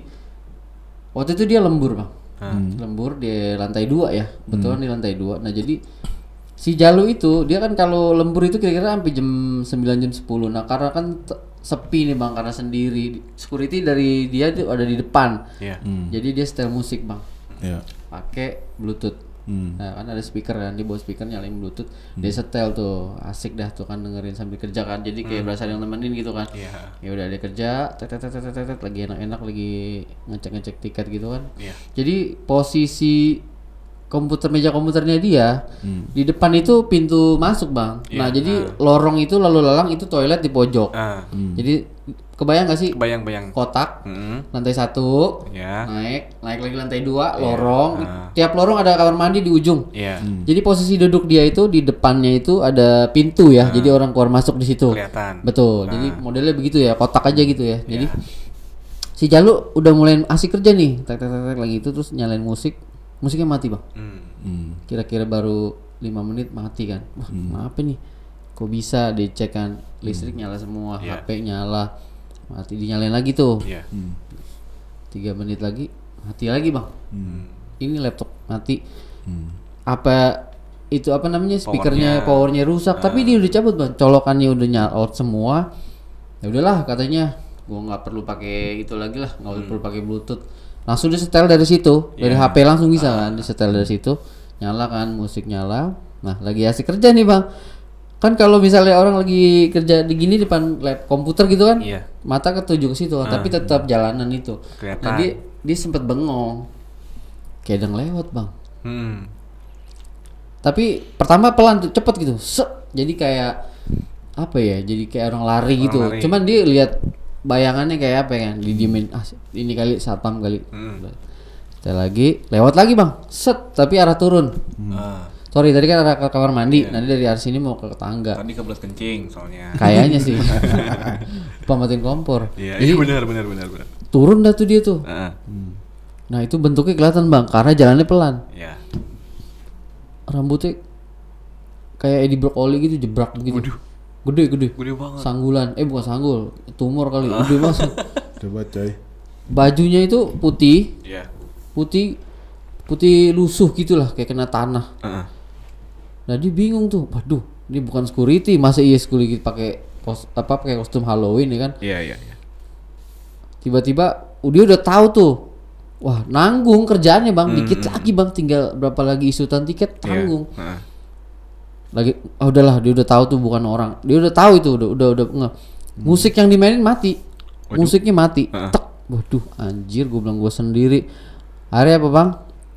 waktu itu dia lembur, Bang. Ah. Lembur di lantai dua ya. Betulan di lantai dua. Nah, jadi si Jalu itu dia kan kalau lembur itu kira-kira sampai jam sembilan jam sepuluh. Nah, karena kan t- sepi nih, Bang, karena sendiri. Security dari dia tuh ada di depan. Iya. Hmm. Jadi dia setel musik, Bang. Ya. Pakai Bluetooth. Hmm. Nah, kan ada speaker kan, dia bawa speaker nyalain Bluetooth. Dia setel tuh. Asik dah tuh kan dengerin sambil kerja kan. Jadi kayak berasa ada yang nemenin gitu kan. Iya. Ya udah dia kerja, tet tet tet tet tet, tet, lagi enak-enak lagi ngecek-ngecek tiket gitu kan. Iya. Jadi posisi komputer meja komputernya dia Hmm. di depan itu pintu masuk, Bang. Nah, Iya. jadi lorong itu lalu lalang itu toilet di pojok. Ah. Jadi kebayang gak sih Bayang-bayang. kotak Hmm. lantai satu Ya. naik naik lagi lantai dua lorong Ah. tiap lorong ada kamar mandi di ujung. Iya. Jadi posisi duduk dia itu di depannya itu ada pintu ya, jadi orang keluar masuk di situ. Kelihatan. Betul. Nah. Jadi modelnya begitu ya, kotak aja gitu ya. Jadi si Jalu udah mulai asik kerja nih, tek tek tek tek lagi itu terus nyalain musik, musiknya mati, Bang. Hmm. Hmm. Kira-kira baru lima menit mati kan. Wah, kenapa nih? Kok bisa dicek kan listrik nyala semua, Iya. H P nyala, mati dinyalain lagi tuh. Iya. Hmm. Tiga menit lagi mati lagi, Bang. Hmm. Ini laptop mati. Hmm. Apa itu apa namanya speakernya Powernya. powernya rusak, tapi dia udah cabut, Bang. Colokannya udah nyala out semua. Ya udahlah katanya, gua nggak perlu pakai itu lagi lah, nggak perlu pakai Bluetooth. Langsung disetel dari situ, dari Iya. H P langsung bisa kan, disetel dari situ. Nyala kan, musik nyala. Nah, lagi asik kerja nih, Bang. Kan kalau misalnya orang lagi kerja di gini depan lab komputer gitu kan, Iya. mata ketuju ke situ, tapi tetap jalanan itu. Kelihatan. Nah, dia dia sempat bengong. Kayak ada yang lewat, Bang. Hmm. Tapi pertama pelan tuh, cepet gitu. Set. Jadi kayak apa ya? Jadi kayak orang lari Orang gitu. lari. Cuman dia lihat bayangannya kayak apa kan? Didiemin. Ah, ini kali satpam kali. Hmm. Setelah lagi lewat lagi, Bang. Set, tapi arah turun. Ah. Sorry, tadi kan arah ke kamar mandi. Iya. Nanti dari arah sini mau ke tangga. Tadi kebelet kencing soalnya. Kayaknya sih. Lupa matiin kompor. Iya, Jadi iya benar benar benar benar. turun dah tuh dia tuh. Ah. Nah, itu bentuknya kelihatan, Bang, karena jalannya pelan. Iya. Rambutnya kayak Eddie Brokoli gitu, jebrak gitu. Waduh. Gede, gede. Gede banget. Sanggulan, eh bukan sanggul, tumor kali, gede banget. Coba coy. Bajunya itu putih, Iya. putih, putih lusuh gitulah, kayak kena tanah. Heeh. Nah, dia bingung tuh, waduh, ini bukan security, masa iya security pakai kos apa pakai kostum Halloween ya kan? Iya iya iya. Tiba-tiba, uh, dia udah tahu tuh, wah nanggung kerjaannya, Bang, dikit lagi, Bang, tinggal berapa lagi isutan tiket, tanggung. Iya. Heeh. Lagi, oh udahlah, dia udah tahu tuh bukan orang, dia udah tahu itu, udah udah udah nge- musik yang dimainin mati, Waduh. musiknya mati, Heeh. tek, waduh, anjir, gue bilang gue sendiri. Akhirnya apa, Bang?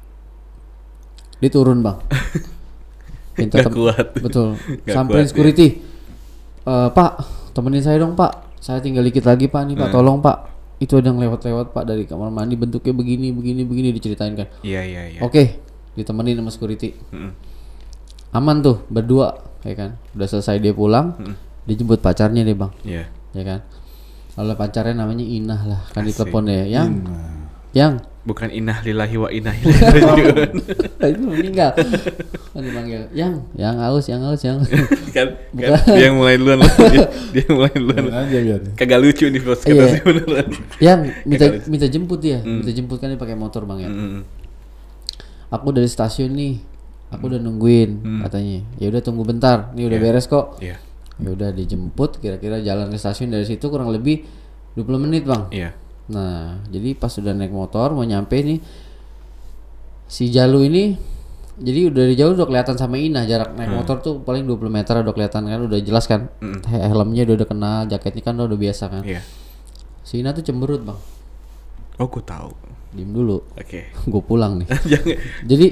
Dia turun, Bang. Minta Nggak tem- kuat. betul, Nggak samperin kuat, security. "Eh, Pak, temenin saya dong, Pak. Saya tinggal dikit lagi, Pak. Nih, Pak, Hmm. tolong, Pak. Itu ada yang lewat-lewat, Pak, dari kamar mandi, bentuknya begini, begini, begini," diceritain kan. Iya iya iya. Oke, ditemenin sama security. Heeh. Aman tuh berdua, ya kan. Udah selesai dia pulang, dijemput pacarnya deh, Bang, Iya. ya kan. Kalau pacarnya namanya Inah lah, kan di Asik. telepon ya, yang, Nah. yang, Bukan inah lillahi wa inna ilaihi raji'un. itu meninggal, kan dipanggil, yang, yang aus, yang aus, yang, kan, kan Bukan. dia yang mulai duluan lah. dia, dia yang mulai duluan. Biarin aja biar. Kagak lucu nih bos Iya. kata sih beneran. yang minta Kagak lucu. minta jemput dia, minta jemput kan dia pakai motor, Bang, ya. Mm-mm. Aku dari stasiun nih, aku udah nungguin, katanya. Ya udah tunggu bentar, nih udah Iya. beres kok. Iya. Ya udah dijemput, kira-kira jalan ke stasiun dari situ kurang lebih dua puluh menit, Bang. Iya. Nah, jadi pas sudah naik motor mau nyampe nih, si Jalu ini Jadi udah dari jauh udah kelihatan sama Ina, jarak naik hmm. motor tuh paling dua puluh meter udah kelihatan kan, udah jelas kan. Hmm. Helmnya udah udah kenal, jaketnya kan udah biasa kan. Iya. Si Ina tuh cemberut, Bang. Oh, gue tahu. Diem dulu. Oke. Okay. Gue pulang nih. Jangan. Jadi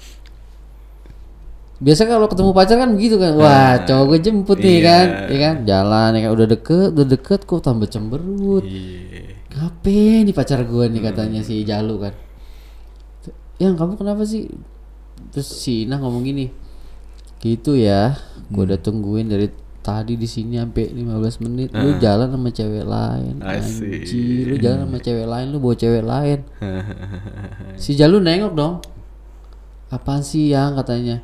biasa kalau ketemu pacar kan begitu kan. Wah, cowok gue jemput nih iya. kan. Iya kan? Jalan ya kan udah deket, udah deket kok tambah cemberut. Iya. Ngapain nih pacar gue nih katanya hmm. si Jalu kan. Yang kamu kenapa sih? Terus si Ina ngomong gini, gitu ya, gue hmm. udah tungguin dari tadi di sini sampai lima belas menit, uh. lu jalan sama cewek lain, anjir, lu jalan sama cewek lain, lu bawa cewek lain. Si Jalu nengok dong, apaan sih yang katanya,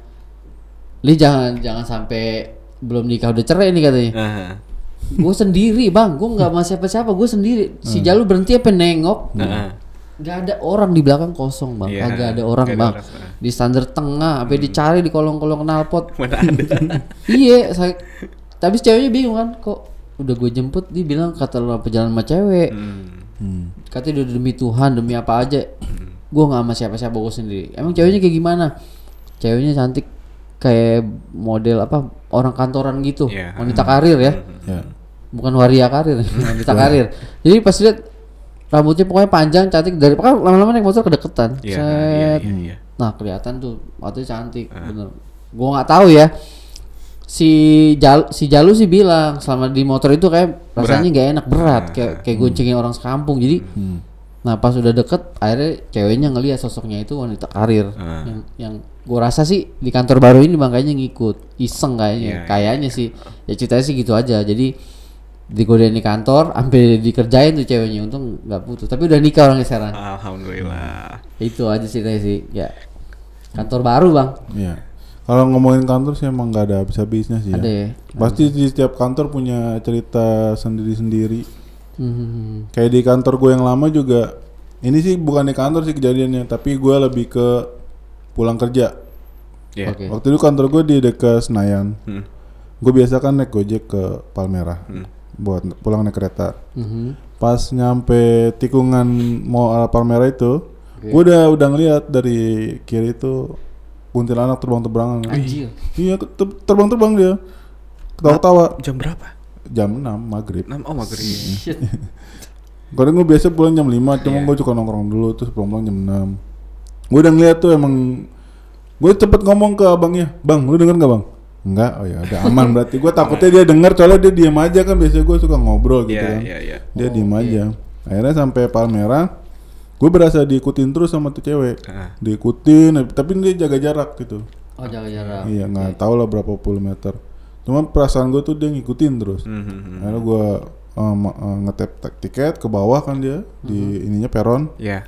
li jangan jangan sampai belum nikah udah cerai nih katanya. Uh. Gue sendiri bang, gue nggak sama siapa-siapa, gue sendiri. Si Jalu berhenti apa nengok. Uh. Gak ada orang di belakang kosong bang, yeah, kagak ada orang bang. Ada di standar tengah, sampai hmm. dicari di kolong-kolong knalpot. Mana ada? Iya, saya. Tapi ceweknya bingung kan, kok udah gue jemput, dia bilang kata lu perjalanan sama cewek. Hmm. Katanya udah demi Tuhan, demi apa aja. Hmm. Gue nggak sama siapa-siapa, gue sendiri. Emang ceweknya kayak gimana? Ceweknya cantik, kayak model apa orang kantoran gitu, yeah. wanita karir ya, yeah. bukan waria karir, wanita karir. Jadi pas lihat rambutnya pokoknya panjang, cantik, dari kan lama-lama naik motor kedeketan. Iya, iya, iya. Nah, kelihatan tuh waktu cantik, uh. bener. Gua nggak tahu ya. Si Jal si Jalu sih bilang selama di motor itu kayak rasanya nggak enak, berat, uh. kayak kayak goncengin hmm. orang sekampung. Jadi hmm. nah pas udah deket akhirnya ceweknya ngelihat sosoknya itu wanita karir. Uh. Yang yang gua rasa sih di kantor baru ini bang kayaknya ngikut, iseng kayaknya. Yeah, kayaknya yeah. sih. Ya ceritanya sih gitu aja. Jadi digodain di kantor, sampai dikerjain tuh ceweknya, untung nggak putus. Tapi udah nikah orangnya sekarang. Alhamdulillah. Itu aja sih sih, ya. Kantor baru bang. Iya. Kalau ngomongin kantor sih emang nggak ada habis-habisnya sih. Ada ya. ya. Pasti di setiap kantor punya cerita sendiri-sendiri. Hmm. Kayak di kantor gue yang lama juga. Ini sih bukan di kantor sih kejadiannya, tapi gue lebih ke pulang kerja. Yeah. Okay. Waktu itu kantor gue di dekat Senayan. Hmm. Gue biasa kan naik Gojek ke Palmerah. Hmm. Buat pulang naik kereta. Mm-hmm. Pas nyampe tikungan mau arah Palmerah itu, okay. gue udah udah ngeliat dari kiri itu kuntilanak terbang-terbangan. Anjir. Iya, ter- terbang-terbang dia. Ketawa-tawa. Jam berapa? Jam enam maghrib. enam oh maghrib. Shit. Kadang gue biasa pulang jam lima, cuma yeah. gue suka nongkrong dulu terus pulang jam enam. Gue udah ngeliat tuh emang, gue cepet ngomong ke abangnya, bang, lu denger nggak bang? Enggak, oh ya udah aman berarti. Gue takutnya dia denger, soalnya dia diam aja kan, biasanya gue suka ngobrol gitu yeah, kan. Yeah, yeah. Dia oh, diam okay. aja. Akhirnya sampai Palmerah, gue berasa diikutin terus sama tuh cewek. Uh. Diikutin, tapi dia jaga jarak gitu. Oh jaga jarak. Iya, nggak okay. tahu lah berapa puluh meter. Cuma perasaan gue tuh dia ngikutin terus. Mm-hmm. Akhirnya gue um, uh, ngetap tiket ke bawah kan dia mm-hmm. di ininya peron. Iya. Yeah.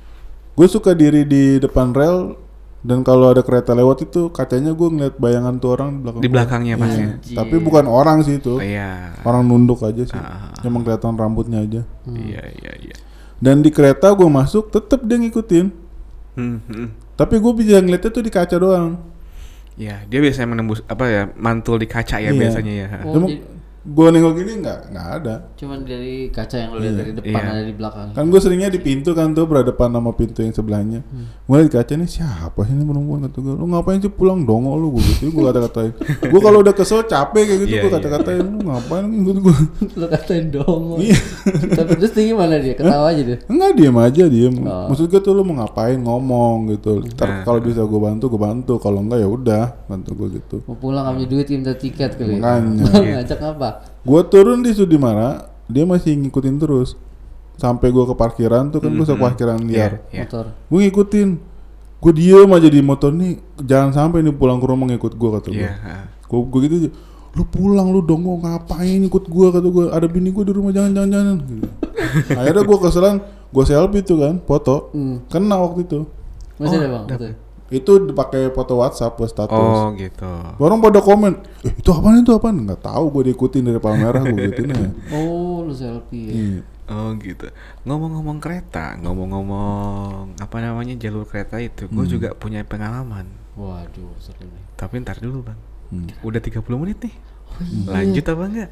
Gue suka diri di depan rel. Dan kalau ada kereta lewat itu kacanya gue ngeliat bayangan tuh orang di belakang. Di belakangnya iya. pasti. Tapi bukan orang sih itu. Oh, iya. Orang nunduk aja sih. Uh. Cuma kelihatan rambutnya aja. Hmm. Iya iya iya. Dan di kereta gue masuk tetep dia ngikutin. Hmm, hmm. Tapi gue bisa ngeliatnya tuh di kaca doang. Iya, dia biasanya menembus apa ya, mantul di kaca ya iya. biasanya ya. Oh, gue nengok gini nggak nggak ada. Cuman dari kaca yang lo lihat iya. dari depan iya. ada di belakang. Kan gue seringnya di pintu kan tuh berhadapan sama pintu yang sebelahnya. Hmm. Gue liat di kaca nih siapa sih ini perempuan, kata gue. Lu ngapain sih pulang dongo lu, gue gitu. Gue kata-katain. Gue kalau udah kesel capek kayak gitu yeah, gue kata-katain lu ngapain gitu gue. Lu katain dongo. Iya. Tapi terus dia gimana dia? Ketawa aja dia. Enggak, diam aja diem. Oh. Maksud gue tuh lu mau ngapain ngomong gitu. Ntar kalau bisa gue bantu gue bantu. Kalau enggak ya udah bantu gue gitu. Mau pulang nggak punya duit minta tiket kali. Makanya. Ngajak apa? Gue turun di Sudimara, dia masih ngikutin terus sampai gue ke parkiran tuh kan, mm-hmm. gue ke parkiran liar. Yeah, yeah. Motor. Gue ngikutin, gue diem aja di motor nih, jangan sampai nih pulang ke rumah ngikut gue kata gue. Yeah. Gue gue gitu aja, lu pulang lu dong, ngapain ikut gue kata gue, ada bini gue di rumah jangan jangan jangan. Gitu. Akhirnya gue keselan, gue selfie tuh kan, foto, mm. kena waktu itu. Masih oh, ada bang? Foto. Itu dipakai foto WhatsApp buat status. Oh gitu. Orang pada komen, eh, itu apaan itu apaan? Nggak tahu, gue diikutin dari Palmerah gue gituin ya. Oh lu selfie. Ya? Iya. Oh gitu. Ngomong-ngomong kereta, ngomong-ngomong apa namanya jalur kereta itu, gue hmm. juga punya pengalaman. Waduh, seru nih. Tapi ntar dulu bang. Hmm. Udah tiga puluh menit nih. Oh, iya. Lanjut apa enggak?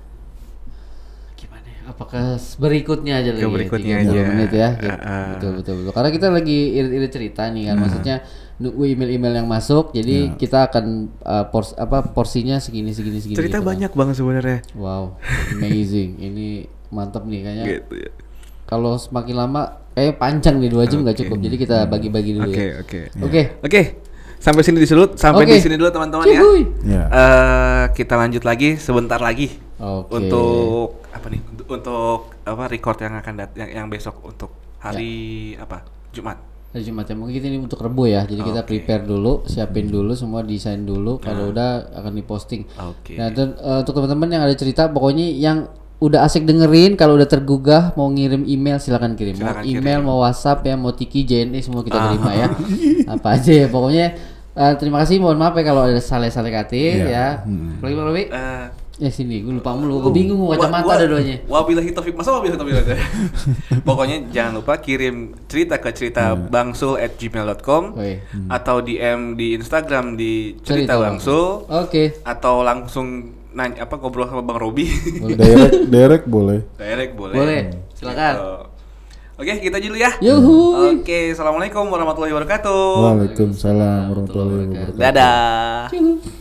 Gimana ya? Apakah berikutnya aja lagi? Berikutnya ya, aja. Menit ya. Uh, uh. Betul betul betul. Karena kita lagi irit-irit cerita nih kan, uh. maksudnya nunggu email-email yang masuk. Jadi Ya. kita akan uh, pors apa porsinya segini segini segini. Cerita gitu kan. banyak banget sebenarnya. Wow, amazing. Ini mantap nih kayaknya. Gitu ya. Kalau semakin lama kayak panjang nih dua jam nggak Oke. cukup. Jadi kita bagi-bagi dulu Oke, ya. oke. Oke. Oke. Sampai sini dulu, sampai Oke. di sini dulu teman-teman ya. Cihuy. Ya. Eh, kita lanjut lagi sebentar lagi. Oke. Untuk apa nih? Untuk, untuk apa record yang akan dat yang, yang besok untuk hari apa? Jumat. Hari Jumat ya, mungkin kita ini untuk Rebo ya. Jadi kita Oke. prepare dulu, siapin dulu semua, desain dulu. Kalau udah akan diposting. Oke. Nah, dan, eh, untuk teman-teman yang ada cerita, pokoknya yang udah asik dengerin, kalau udah tergugah mau ngirim email silakan kirim. Silakan mau email, kirim. mau WhatsApp ya, mau Tiki, J N E semua kita terima ya. Apa aja ya, pokoknya eh, terima kasih. Mohon maaf ya kalau ada salah-salah kata Iya. ya. Hmm. Lebih lebih. Eh, Ya sini, gue lupa mulu, gue bingung Wa- kacamata wa- ada duanya. Wabillahi taufik, masa wabillahi taufik aja. Pokoknya jangan lupa kirim cerita ke cerita bangsul at gmail dot com Oke. atau D M di Instagram di cerita, Cerita bangsul Oke. atau langsung nanya apa ngobrol sama Bang Robi. Direct, direct boleh. Direct boleh. Boleh, silakan. Gitu. Oke, kita dulu ya. Yuhu. Oke, assalamualaikum warahmatullahi wabarakatuh. Waalaikumsalam warahmatullahi wabarakatuh. Dadah. Yuhu.